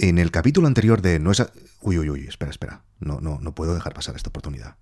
En el capítulo anterior de No es... Uy, espera. No puedo dejar pasar esta oportunidad.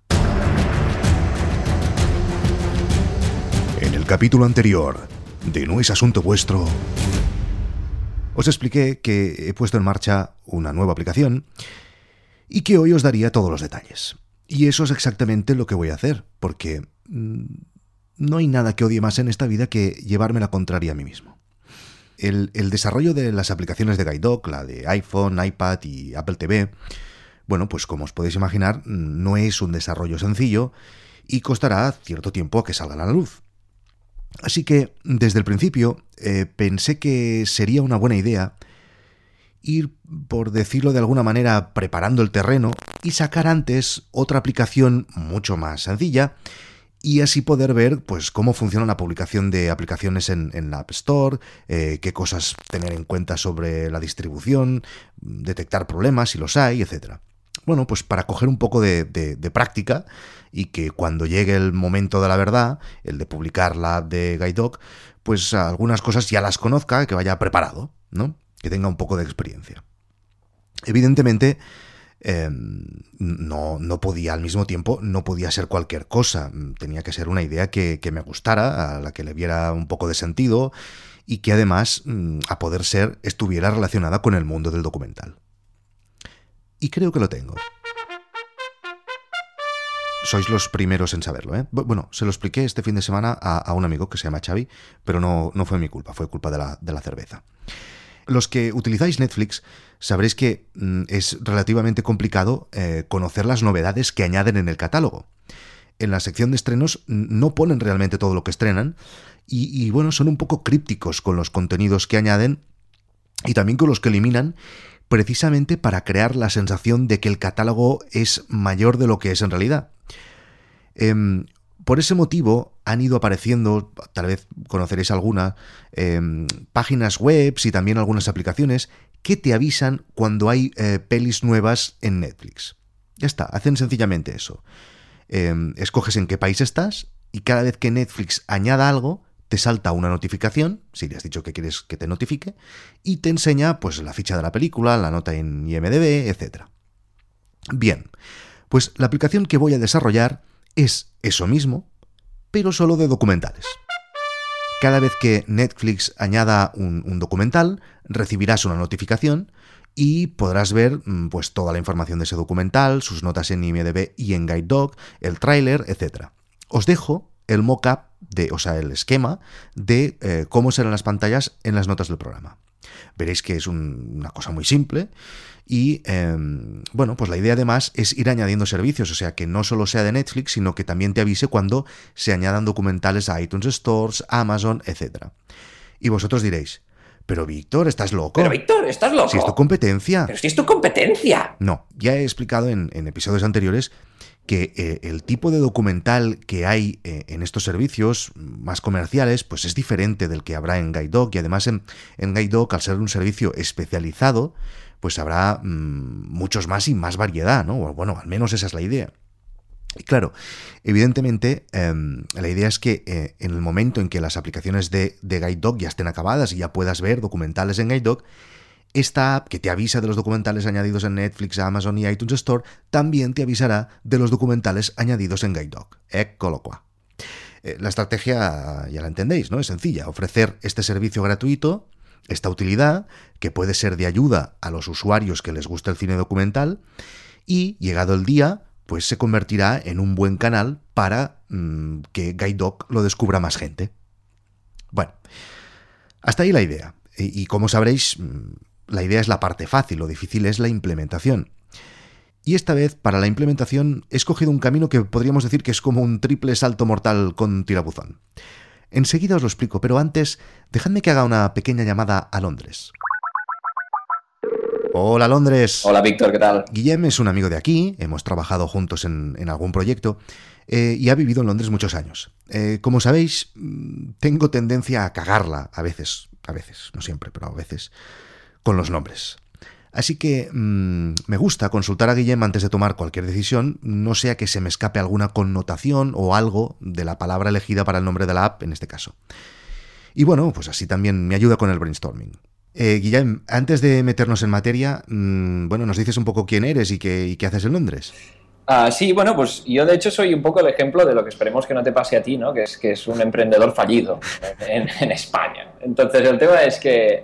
En el capítulo anterior de No es asunto vuestro, os expliqué que he puesto en marcha una nueva aplicación y que hoy os daría todos los detalles. Y eso es exactamente lo que voy a hacer, porque no hay nada que odie más en esta vida que llevarme la contraria a mí mismo. El desarrollo de las aplicaciones de Guide Dog, la de iPhone, iPad y Apple TV, bueno, pues como os podéis imaginar, no es un desarrollo sencillo y costará cierto tiempo a que salgan a la luz. Así que, desde el principio, pensé que sería una buena idea ir, por decirlo de alguna manera, preparando el terreno y sacar antes otra aplicación mucho más sencilla y así poder ver pues cómo funciona la publicación de aplicaciones en la App Store, qué cosas tener en cuenta sobre la distribución, detectar problemas si los hay, etc. Bueno, pues para coger un poco de práctica y que cuando llegue el momento de la verdad, el de publicar la app de Guide Dog, pues algunas cosas ya las conozca, que vaya preparado, ¿no? Que tenga un poco de experiencia. Evidentemente, no podía al mismo tiempo, no podía ser cualquier cosa. Tenía que ser una idea que me gustara, a la que le viera un poco de sentido y que además, a poder ser, estuviera relacionada con el mundo del documental. Y creo que lo tengo. Sois los primeros en saberlo, ¿eh? Bueno, se lo expliqué este fin de semana a un amigo que se llama Xavi, pero no fue mi culpa, fue culpa de la cerveza. Los que utilizáis Netflix sabréis que es relativamente complicado conocer las novedades que añaden en el catálogo. En la sección de estrenos no ponen realmente todo lo que estrenan y bueno, son un poco crípticos con los contenidos que añaden y también con los que eliminan, precisamente para crear la sensación de que el catálogo es mayor de lo que es en realidad. Por ese motivo han ido apareciendo, tal vez conoceréis alguna, páginas web y también algunas aplicaciones que te avisan cuando hay pelis nuevas en Netflix. Ya está, hacen sencillamente eso. Escoges en qué país estás y cada vez que Netflix añada algo, te salta una notificación, si le has dicho que quieres que te notifique, y te enseña pues la ficha de la película, la nota en IMDb, etc. Bien, pues la aplicación que voy a desarrollar es eso mismo, pero solo de documentales. Cada vez que Netflix añada un documental, recibirás una notificación y podrás ver pues toda la información de ese documental, sus notas en IMDb y en Guide Dog, el tráiler, etc. Os dejo el mock-up, el esquema de cómo serán las pantallas en las notas del programa. Veréis que es una cosa muy simple y, pues la idea además es ir añadiendo servicios, o sea, que no solo sea de Netflix, sino que también te avise cuando se añadan documentales a iTunes Stores, Amazon, etc. Y vosotros diréis, pero Víctor, ¿estás loco? Si es tu competencia. Pero si es tu competencia. No, ya he explicado en episodios anteriores que el tipo de documental que hay en estos servicios más comerciales pues es diferente del que habrá en Guide Dog, y además en Guide Dog, al ser un servicio especializado, pues habrá muchos más y más variedad, ¿no? Bueno, al menos esa es la idea. Y claro, evidentemente la idea es que en el momento en que las aplicaciones de Guide Dog ya estén acabadas y ya puedas ver documentales en Guide Dog, esta app que te avisa de los documentales añadidos en Netflix, Amazon y iTunes Store también te avisará de los documentales añadidos en Guide Dog. Éccolo qua. La estrategia ya la entendéis, ¿no? Es sencilla, ofrecer este servicio gratuito, esta utilidad, que puede ser de ayuda a los usuarios que les gusta el cine documental, y, llegado el día, pues se convertirá en un buen canal para que Guide Dog lo descubra más gente. Bueno, hasta ahí la idea. Y como sabréis, la idea es la parte fácil, lo difícil es la implementación. Y esta vez, para la implementación, he escogido un camino que podríamos decir que es como un triple salto mortal con tirabuzón. Enseguida os lo explico, pero antes, dejadme que haga una pequeña llamada a Londres. Hola, Londres. Hola, Víctor, ¿qué tal? Guillem es un amigo de aquí, hemos trabajado juntos en algún proyecto y ha vivido en Londres muchos años. Como sabéis, tengo tendencia a cagarla a veces, no siempre, pero a veces, con los nombres. Así que me gusta consultar a Guillem antes de tomar cualquier decisión, no sea que se me escape alguna connotación o algo de la palabra elegida para el nombre de la app, en este caso. Y bueno, pues así también me ayuda con el brainstorming. Guillem, antes de meternos en materia, bueno, nos dices un poco quién eres y qué haces en Londres. Sí, bueno, pues yo de hecho soy un poco el ejemplo de lo que esperemos que no te pase a ti, ¿no? Que es un emprendedor fallido en España. Entonces el tema es que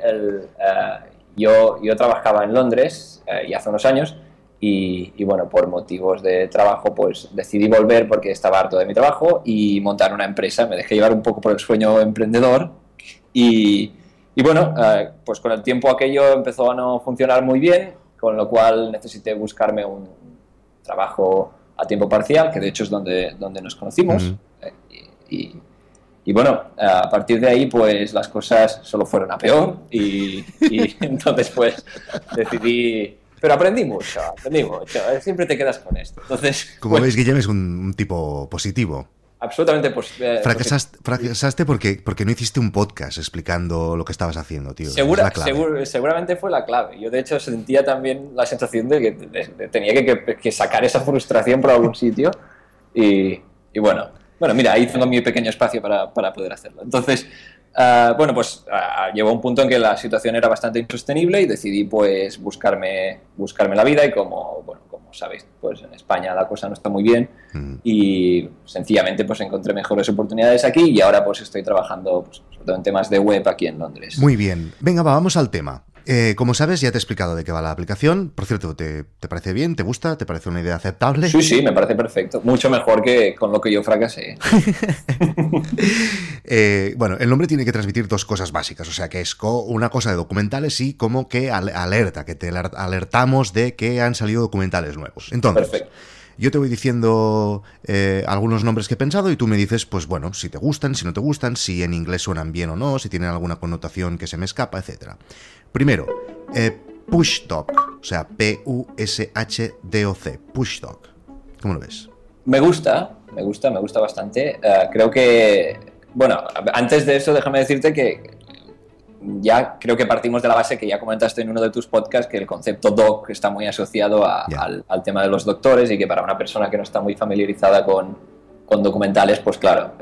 yo trabajaba en Londres ya hace unos años y bueno, por motivos de trabajo pues decidí volver porque estaba harto de mi trabajo y montar una empresa. Me dejé llevar un poco por el sueño emprendedor y bueno, pues con el tiempo aquello empezó a no funcionar muy bien, con lo cual necesité buscarme un trabajo a tiempo parcial, que de hecho es donde nos conocimos. Y bueno, a partir de ahí pues las cosas solo fueron a peor y entonces pues decidí... Pero aprendí mucho, siempre te quedas con esto. Entonces, Como veis, Guillem es un tipo positivo. Absolutamente Fracasaste porque no hiciste un podcast explicando lo que estabas haciendo, tío. Seguramente fue la clave. Yo, de hecho, sentía también la sensación de que tenía que sacar esa frustración por algún sitio. Y bueno, mira, ahí tengo mi pequeño espacio para poder hacerlo. Entonces, bueno, pues llegó un punto en que la situación era bastante insostenible y decidí, pues, buscarme la vida y como sabéis, pues en España la cosa no está muy bien y sencillamente pues encontré mejores oportunidades aquí y ahora pues estoy trabajando pues, sobre todo en temas de web aquí en Londres. Muy bien. Venga, vamos al tema. Como sabes, ya te he explicado de qué va la aplicación. Por cierto, ¿te parece bien? ¿Te gusta? ¿Te parece una idea aceptable? Sí, me parece perfecto. Mucho mejor que con lo que yo fracasé. Bueno, el nombre tiene que transmitir dos cosas básicas. O sea, que es una cosa de documentales y como que alerta, que te alertamos de que han salido documentales nuevos. Entonces, perfecto. Yo te voy diciendo algunos nombres que he pensado y tú me dices, pues bueno, si te gustan, si no te gustan, si en inglés suenan bien o no, si tienen alguna connotación que se me escapa, etcétera. Primero, Pushdoc, o sea, P-U-S-H-D-O-C, Pushdoc. ¿Cómo lo ves? Me gusta bastante. Creo que, bueno, antes de eso déjame decirte que ya creo que partimos de la base que ya comentaste en uno de tus podcasts que el concepto doc está muy asociado al tema de los doctores y que para una persona que no está muy familiarizada con documentales, pues claro,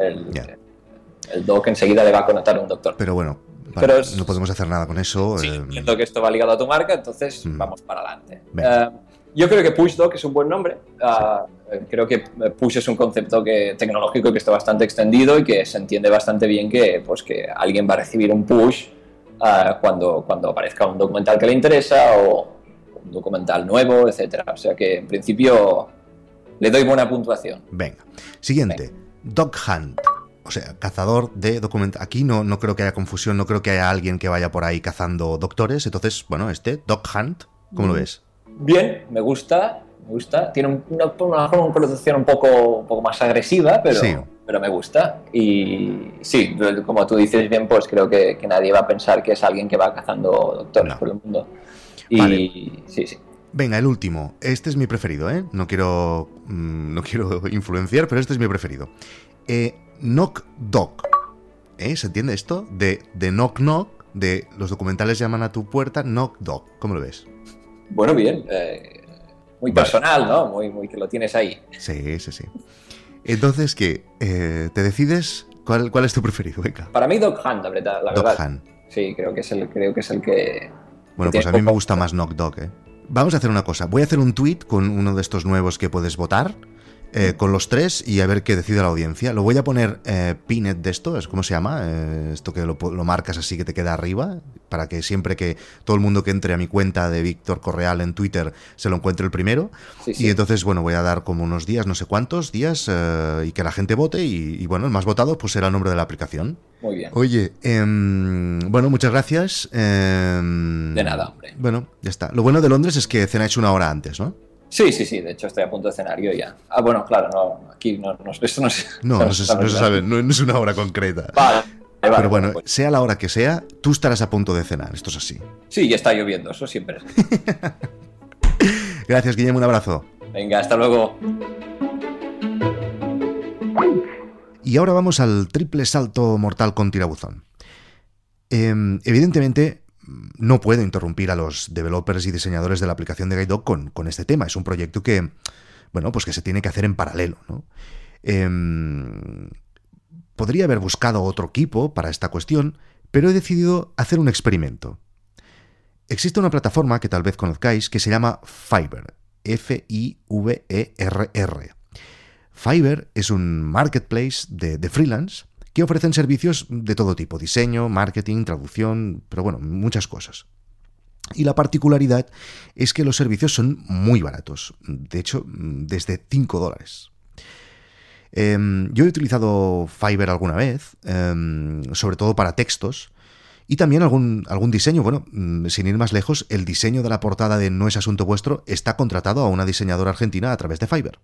el doc enseguida le va a connotar un doctor. Pero bueno, vale, no podemos hacer nada con eso. Sí, entiendo que esto va ligado a tu marca, entonces vamos para adelante. Yo creo que Pushdoc es un buen nombre. Creo que Push es un concepto tecnológico que está bastante extendido y que se entiende bastante bien que alguien va a recibir un push cuando aparezca un documental que le interesa o un documental nuevo, etcétera. O sea que en principio le doy buena puntuación. Venga. Siguiente. Dog Hunt. O sea, cazador de documental. Aquí no creo que haya confusión, no creo que haya alguien que vaya por ahí cazando doctores. Entonces, bueno, Dog Hunt, ¿cómo lo ves? Bien, me gusta. Tiene una connotación un poco más agresiva, pero me gusta. Y sí, como tú dices bien, pues creo que nadie va a pensar que es alguien que va cazando doctores por el mundo. Y vale. Sí. Venga, el último. Este es mi preferido, ¿eh? No quiero influenciar, pero este es mi preferido. Knock Dog. ¿Se entiende esto? De Knock Knock, de los documentales llaman a tu puerta, Knock Dog. ¿Cómo lo ves? Bueno, bien. Muy personal, ¿no? Muy que lo tienes ahí. Sí. Entonces, ¿qué? ¿Te decides? ¿Cuál es tu preferido? Venga. Para mí, Dog Hunt, la verdad. Dog Hunt. Sí, creo que es el que... Bueno, pues a mí me gusta más Knock Dog, ¿eh? Vamos a hacer una cosa. Voy a hacer un tweet con uno de estos nuevos que puedes votar. Con los tres y a ver qué decide la audiencia. Lo voy a poner pinned de esto, ¿cómo se llama? Esto que lo marcas así que te queda arriba, para que siempre que todo el mundo que entre a mi cuenta de Víctor Correal en Twitter se lo encuentre el primero. Sí. Y entonces, bueno, voy a dar como unos días, no sé cuántos días, y que la gente vote y bueno, el más votado pues será el nombre de la aplicación. Muy bien. Oye, bueno, muchas gracias. De nada, hombre. Bueno, ya está. Lo bueno de Londres es que cenáis una hora antes, ¿no? Sí, de hecho estoy a punto de cenar yo ya. Bueno, claro, no, aquí esto no se sabe, no es una hora concreta. Vale, pero bueno, pues, sea la hora que sea, tú estarás a punto de cenar, esto es así. Sí, ya está lloviendo, eso siempre es. Gracias, Guillem, un abrazo. Venga, hasta luego. Y ahora vamos al triple salto mortal con tirabuzón. Evidentemente, no puedo interrumpir a los developers y diseñadores de la aplicación de GuideDog con este tema. Es un proyecto que, bueno, pues que se tiene que hacer en paralelo, ¿no? Podría haber buscado otro equipo para esta cuestión, pero he decidido hacer un experimento. Existe una plataforma que tal vez conozcáis que se llama Fiverr, Fiverr. Fiverr es un marketplace de freelance que ofrecen servicios de todo tipo, diseño, marketing, traducción, pero bueno, muchas cosas. Y la particularidad es que los servicios son muy baratos, de hecho, desde $5. Yo he utilizado Fiverr alguna vez, sobre todo para textos, y también algún diseño. Bueno, sin ir más lejos, el diseño de la portada de No es asunto vuestro está contratado a una diseñadora argentina a través de Fiverr.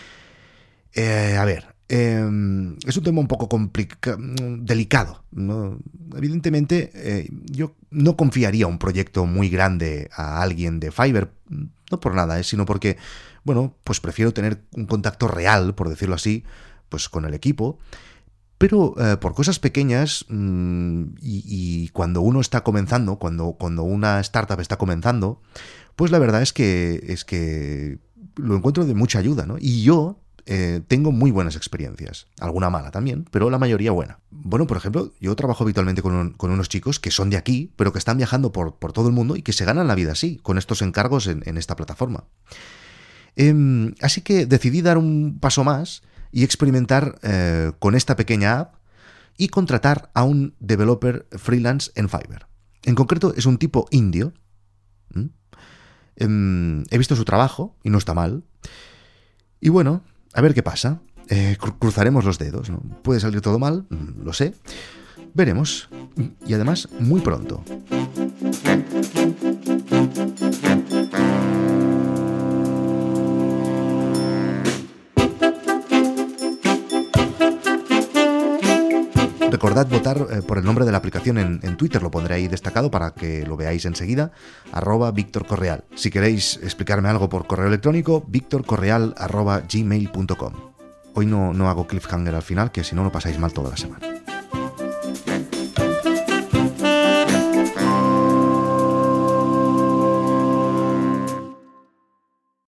Es un tema un poco delicado, ¿no? Evidentemente, yo no confiaría un proyecto muy grande a alguien de Fiverr, no por nada, sino porque, bueno, pues prefiero tener un contacto real, por decirlo así, pues con el equipo. Pero por cosas pequeñas y cuando uno está comenzando, cuando una startup está comenzando, pues la verdad es que lo encuentro de mucha ayuda, ¿no? Y yo tengo muy buenas experiencias, alguna mala también, pero la mayoría buena. Bueno, por ejemplo, yo trabajo habitualmente con unos chicos que son de aquí, pero que están viajando por todo el mundo y que se ganan la vida así, con estos encargos en esta plataforma. Así que decidí dar un paso más y experimentar con esta pequeña app y contratar a un developer freelance en Fiverr. En concreto es un tipo indio. He visto su trabajo y no está mal. Y bueno, a ver qué pasa. Cruzaremos los dedos, ¿no? Puede salir todo mal, lo sé. Veremos. Y además, muy pronto. Recordad votar por el nombre de la aplicación en Twitter, lo pondré ahí destacado para que lo veáis enseguida, @VictorCorreal. Si queréis explicarme algo por correo electrónico, victorcorreal@gmail.com. Hoy no hago cliffhanger al final, que si no lo pasáis mal toda la semana.